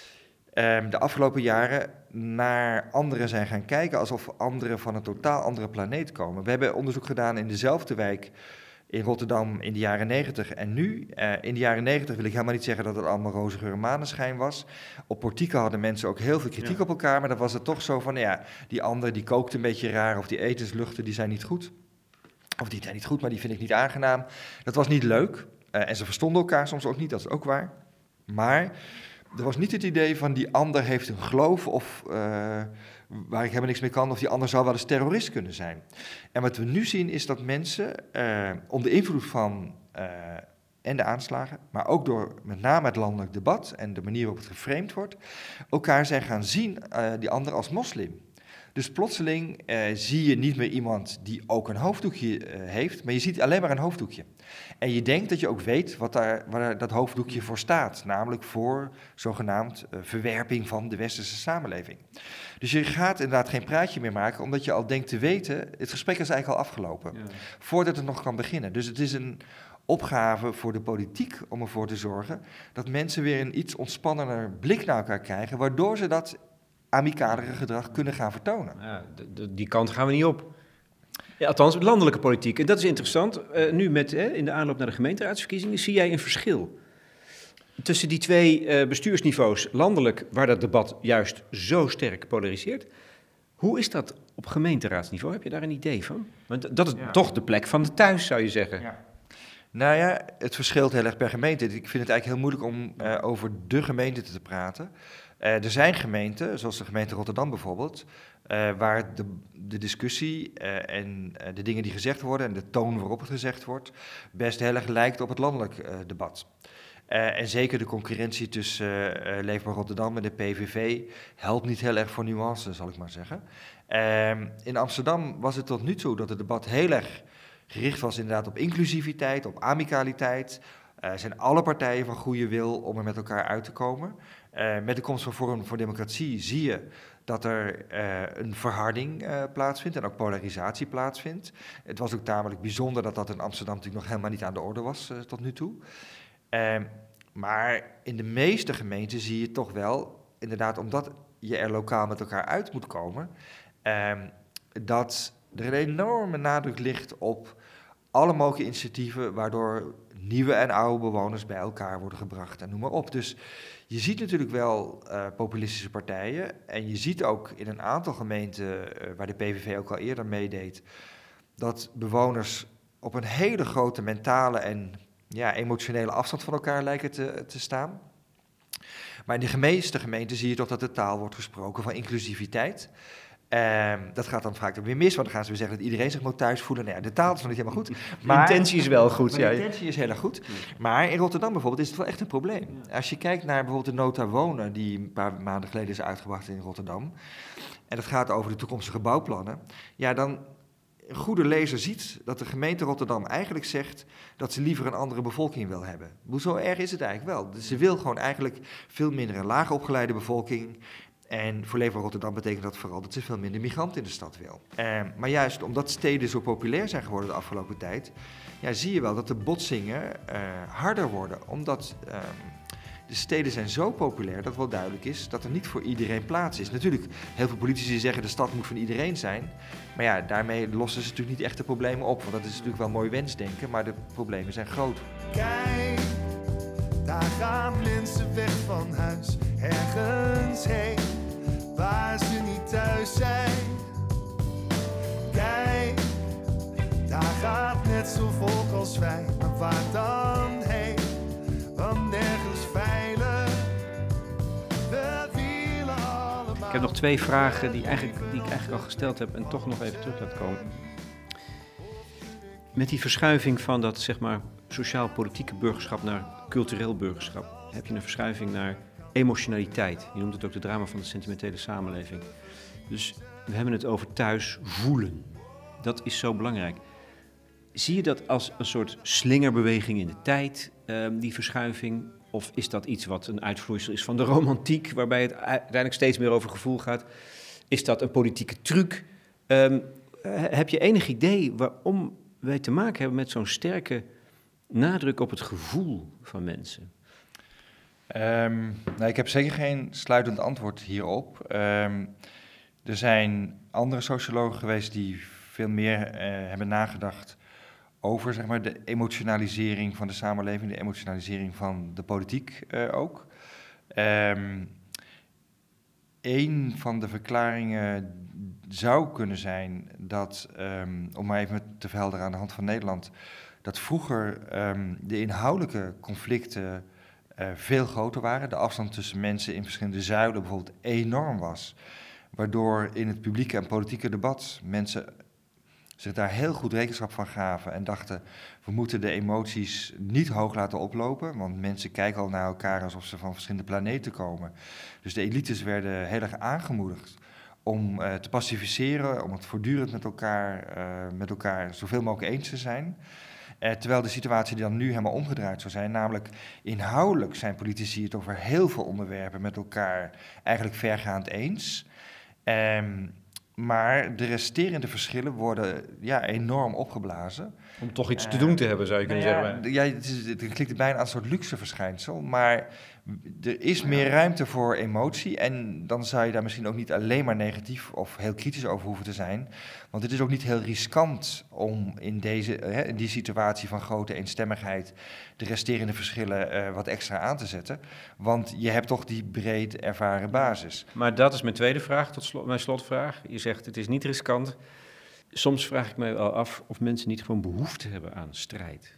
uh, de afgelopen jaren naar anderen zijn gaan kijken alsof anderen van een totaal andere planeet komen. We hebben onderzoek gedaan in dezelfde wijk in Rotterdam in de jaren negentig en nu. Uh, in de jaren negentig wil ik helemaal niet zeggen dat het allemaal roze geur en maneschijn was. Op Portieken hadden mensen ook heel veel kritiek ja. op elkaar, maar dan was het toch zo van, ja, die ander die kookt een beetje raar, of die etensluchten die zijn niet goed. Of die zijn niet goed, maar die vind ik niet aangenaam. Dat was niet leuk. Uh, en ze verstonden elkaar soms ook niet, dat is ook waar. Maar er was niet het idee van die ander heeft een geloof of uh, waar ik helemaal niks mee kan, of die ander zou wel eens terrorist kunnen zijn. En wat we nu zien is dat mensen uh, onder invloed van uh, en de aanslagen, maar ook door met name het landelijk debat en de manier waarop het geframed wordt, elkaar zijn gaan zien, uh, die ander als moslim. Dus plotseling uh, zie je niet meer iemand die ook een hoofddoekje uh, heeft, maar je ziet alleen maar een hoofddoekje. En je denkt dat je ook weet wat daar, waar dat hoofddoekje voor staat, namelijk voor zogenaamd uh, verwerping van de westerse samenleving. Dus je gaat inderdaad geen praatje meer maken, omdat je al denkt te weten, het gesprek is eigenlijk al afgelopen, ja. voordat het nog kan beginnen. Dus het is een opgave voor de politiek om ervoor te zorgen dat mensen weer een iets ontspannender blik naar elkaar krijgen, waardoor ze dat amicalere gedrag kunnen gaan vertonen. Ja, de, de, die kant gaan we niet op. Ja, althans, landelijke politiek. En dat is interessant. Uh, nu met, eh, in de aanloop naar de gemeenteraadsverkiezingen, zie jij een verschil tussen die twee uh, bestuursniveaus, landelijk, waar dat debat juist zo sterk polariseert. Hoe is dat op gemeenteraadsniveau? Heb je daar een idee van? Want dat is ja. toch de plek van de thuis, zou je zeggen. Ja. Nou ja, het verschilt heel erg per gemeente. Ik vind het eigenlijk heel moeilijk om uh, over de gemeente te praten. Uh, er zijn gemeenten, zoals de gemeente Rotterdam bijvoorbeeld, uh, waar de, de discussie uh, en uh, de dingen die gezegd worden en de toon waarop het gezegd wordt, best heel erg lijkt op het landelijk uh, debat. Uh, en zeker de concurrentie tussen uh, uh, Leefbaar Rotterdam en de P V V helpt niet heel erg voor nuance, zal ik maar zeggen. Uh, in Amsterdam was het tot nu toe dat het debat heel erg gericht was inderdaad op inclusiviteit, op amicaliteit. Er uh, zijn alle partijen van goede wil om er met elkaar uit te komen. Uh, met de komst van Forum voor Democratie zie je dat er uh, een verharding uh, plaatsvindt en ook polarisatie plaatsvindt. Het was ook tamelijk bijzonder dat dat in Amsterdam natuurlijk nog helemaal niet aan de orde was uh, tot nu toe. Uh, maar in de meeste gemeenten zie je toch wel, inderdaad omdat je er lokaal met elkaar uit moet komen, uh, dat er een enorme nadruk ligt op alle mogelijke initiatieven waardoor nieuwe en oude bewoners bij elkaar worden gebracht en noem maar op. Dus je ziet natuurlijk wel uh, populistische partijen en je ziet ook in een aantal gemeenten uh, waar de P V V ook al eerder meedeed, dat bewoners op een hele grote mentale en ja, emotionele afstand van elkaar lijken te, te staan. Maar in de meeste gemeenten zie je toch dat de taal wordt gesproken van inclusiviteit. Um, dat gaat dan vaak weer mis, want dan gaan ze weer zeggen dat iedereen zich moet thuis voelen. Nou ja, de taal is nog niet helemaal goed. Maar, de intentie is wel goed. Maar Ja. De intentie is heel erg goed. Maar in Rotterdam bijvoorbeeld is het wel echt een probleem. Als je kijkt naar bijvoorbeeld de nota wonen, die een paar maanden geleden is uitgebracht in Rotterdam, en dat gaat over de toekomstige bouwplannen, ja, dan een goede lezer ziet dat de gemeente Rotterdam eigenlijk zegt dat ze liever een andere bevolking wil hebben. Zo erg is het eigenlijk wel. Dus ze wil gewoon eigenlijk veel minder een laag opgeleide bevolking. En voor Leefbaar Rotterdam betekent dat vooral dat ze veel minder migranten in de stad wil. Uh, maar juist omdat steden zo populair zijn geworden de afgelopen tijd, ja, zie je wel dat de botsingen uh, harder worden. Omdat uh, de steden zijn zo populair dat wel duidelijk is dat er niet voor iedereen plaats is. Natuurlijk, heel veel politici zeggen de stad moet van iedereen zijn. Maar ja, daarmee lossen ze natuurlijk niet echt de problemen op. Want dat is natuurlijk wel mooi wensdenken, maar de problemen zijn groot. Kijk, daar gaan mensen weg van huis, ergens heen, waar ze niet thuis zijn. Kijk, daar gaat net zo volk als wij, maar waar dan heen? Want nergens veilig, we wielen allemaal. Ik heb nog twee vragen die, eigenlijk, die ik eigenlijk al gesteld heb en toch nog even terug laat komen. Met die verschuiving van dat, zeg maar, sociaal-politieke burgerschap naar cultureel burgerschap, heb je een verschuiving naar emotionaliteit. Je noemt het ook de drama van de sentimentele samenleving. Dus we hebben het over thuis voelen. Dat is zo belangrijk. Zie je dat als een soort slingerbeweging in de tijd, um, die verschuiving? Of is dat iets wat een uitvloeisel is van de romantiek, waarbij het uiteindelijk steeds meer over gevoel gaat? Is dat een politieke truc? Um, heb je enig idee waarom wij te maken hebben met zo'n sterke nadruk op het gevoel van mensen? Um, nou, ik heb zeker geen sluitend antwoord hierop. Um, er zijn andere sociologen geweest die veel meer uh, hebben nagedacht over, zeg maar, de emotionalisering van de samenleving, de emotionalisering van de politiek uh, ook. Um, een van de verklaringen zou kunnen zijn dat, um, om maar even te verhelderen aan de hand van Nederland, dat vroeger um, de inhoudelijke conflicten uh, veel groter waren. De afstand tussen mensen in verschillende zuilen bijvoorbeeld enorm was. Waardoor in het publieke en politieke debat mensen zich daar heel goed rekenschap van gaven en dachten, we moeten de emoties niet hoog laten oplopen, want mensen kijken al naar elkaar alsof ze van verschillende planeten komen. Dus de elites werden heel erg aangemoedigd om uh, te pacificeren, om het voortdurend met elkaar, uh, met elkaar zoveel mogelijk eens te zijn. Uh, terwijl de situatie die dan nu helemaal omgedraaid zou zijn, namelijk inhoudelijk zijn politici het over heel veel onderwerpen met elkaar eigenlijk vergaand eens. Um, Maar de resterende verschillen worden ja, enorm opgeblazen. Om toch iets uh, te doen te hebben, zou je kunnen nou ja, zeggen. Ja, het, is, het klinkt bijna als een soort luxe verschijnsel. Maar er is meer ruimte voor emotie. En dan zou je daar misschien ook niet alleen maar negatief of heel kritisch over hoeven te zijn. Want het is ook niet heel riskant om in, deze, hè, in die situatie van grote eenstemmigheid de resterende verschillen uh, wat extra aan te zetten. Want je hebt toch die breed ervaren basis. Maar dat is mijn tweede vraag, tot slot, mijn slotvraag. Je zegt het is niet riskant. Soms vraag ik me wel af of mensen niet gewoon behoefte hebben aan strijd.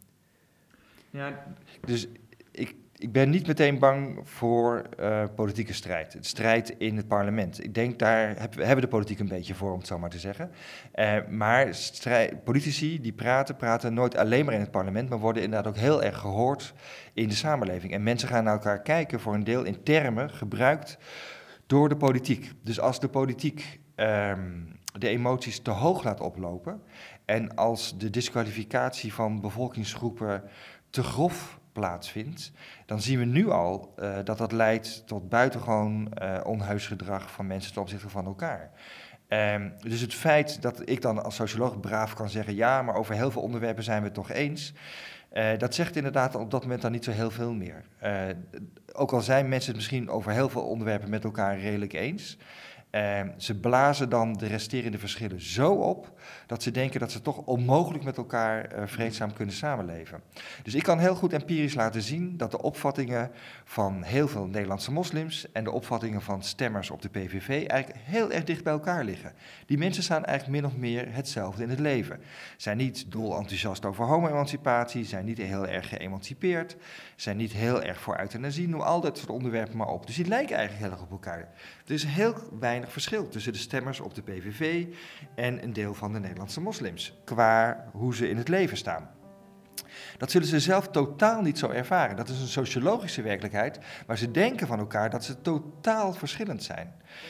Ja, dus ik, ik ben niet meteen bang voor uh, politieke strijd. Het strijd in het parlement. Ik denk daar heb, hebben de politiek een beetje voor, om het zo maar te zeggen. Uh, maar strijd, politici die praten, praten nooit alleen maar in het parlement, maar worden inderdaad ook heel erg gehoord in de samenleving. En mensen gaan naar elkaar kijken voor een deel in termen gebruikt door de politiek. Dus als de politiek um, de emoties te hoog laat oplopen en als de disqualificatie van bevolkingsgroepen te grof plaatsvindt, dan zien we nu al uh, dat dat leidt tot buitengewoon uh, onheus gedrag van mensen ten opzichte van elkaar. Um, dus het feit dat ik dan als socioloog braaf kan zeggen, ja, maar over heel veel onderwerpen zijn we het toch eens, uh, dat zegt inderdaad op dat moment dan niet zo heel veel meer. Uh, ook al zijn mensen het misschien over heel veel onderwerpen met elkaar redelijk eens, Uh, ze blazen dan de resterende verschillen zo op dat ze denken dat ze toch onmogelijk met elkaar uh, vreedzaam kunnen samenleven. Dus ik kan heel goed empirisch laten zien dat de opvattingen van heel veel Nederlandse moslims en de opvattingen van stemmers op de P V V eigenlijk heel erg dicht bij elkaar liggen. Die mensen staan eigenlijk min of meer hetzelfde in het leven. Zijn niet dol enthousiast over homo-emancipatie, zijn niet heel erg geëmancipeerd, zijn niet heel erg voor euthanasie, noem al dat soort onderwerpen maar op. Dus die lijken eigenlijk heel erg op elkaar. Er is heel weinig verschil tussen de stemmers op de P V V en een deel van de Nederlandse moslims, qua hoe ze in het leven staan. Dat zullen ze zelf totaal niet zo ervaren. Dat is een sociologische werkelijkheid, waar ze denken van elkaar dat ze totaal verschillend zijn.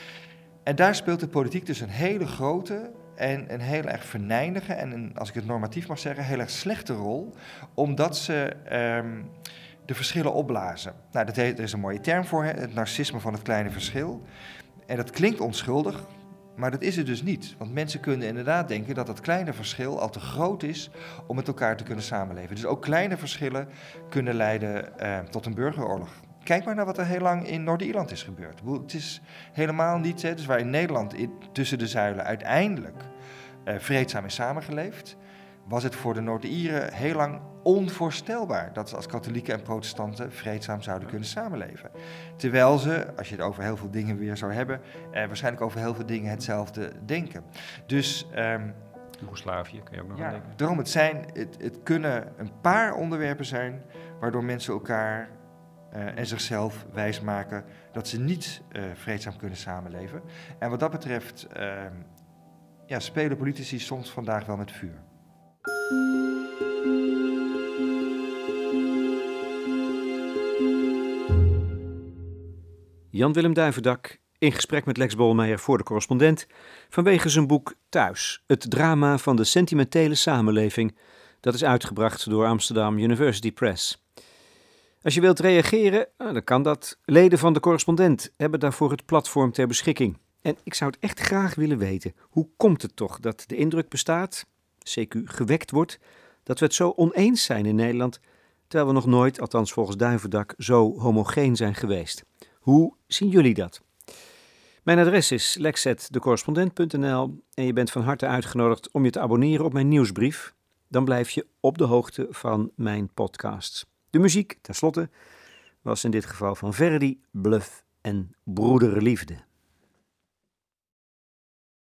En daar speelt de politiek dus een hele grote en een heel erg venijnige en, een, als ik het normatief mag zeggen, heel erg slechte rol, omdat ze um, de verschillen opblazen. Nou, dat heet, er is een mooie term voor, hè, het narcisme van het kleine verschil. En dat klinkt onschuldig, maar dat is het dus niet. Want mensen kunnen inderdaad denken dat dat kleine verschil al te groot is om met elkaar te kunnen samenleven. Dus ook kleine verschillen kunnen leiden eh, tot een burgeroorlog. Kijk maar naar wat er heel lang in Noord-Ierland is gebeurd. Het is helemaal niet, hè, dus waar in Nederland in, tussen de zuilen uiteindelijk uh, vreedzaam is samengeleefd, was het voor de Noord-Ieren heel lang onvoorstelbaar dat ze als katholieken en protestanten vreedzaam zouden kunnen samenleven. Terwijl ze, als je het over heel veel dingen weer zou hebben, eh, waarschijnlijk over heel veel dingen hetzelfde denken. Dus um, Joegoslavië kan je ook nog ja, aan denken. Daarom, het, zijn, het, het kunnen een paar onderwerpen zijn waardoor mensen elkaar uh, en zichzelf wijsmaken dat ze niet uh, vreedzaam kunnen samenleven. En wat dat betreft uh, ja, spelen politici soms vandaag wel met vuur. Jan-Willem Duivendak in gesprek met Lex Bolmeijer voor De Correspondent vanwege zijn boek Thuis, het drama van de sentimentele samenleving, dat is uitgebracht door Amsterdam University Press. Als je wilt reageren, dan kan dat. Leden van De Correspondent hebben daarvoor het platform ter beschikking. En ik zou het echt graag willen weten, hoe komt het toch dat de indruk bestaat, C Q gewekt wordt, dat we het zo oneens zijn in Nederland, terwijl we nog nooit, althans volgens Duivendak, zo homogeen zijn geweest. Hoe zien jullie dat? Mijn adres is lex at de correspondent punt n l en je bent van harte uitgenodigd om je te abonneren op mijn nieuwsbrief. Dan blijf je op de hoogte van mijn podcasts. De muziek, tenslotte, was in dit geval van Verdi, Bluff en Broederliefde.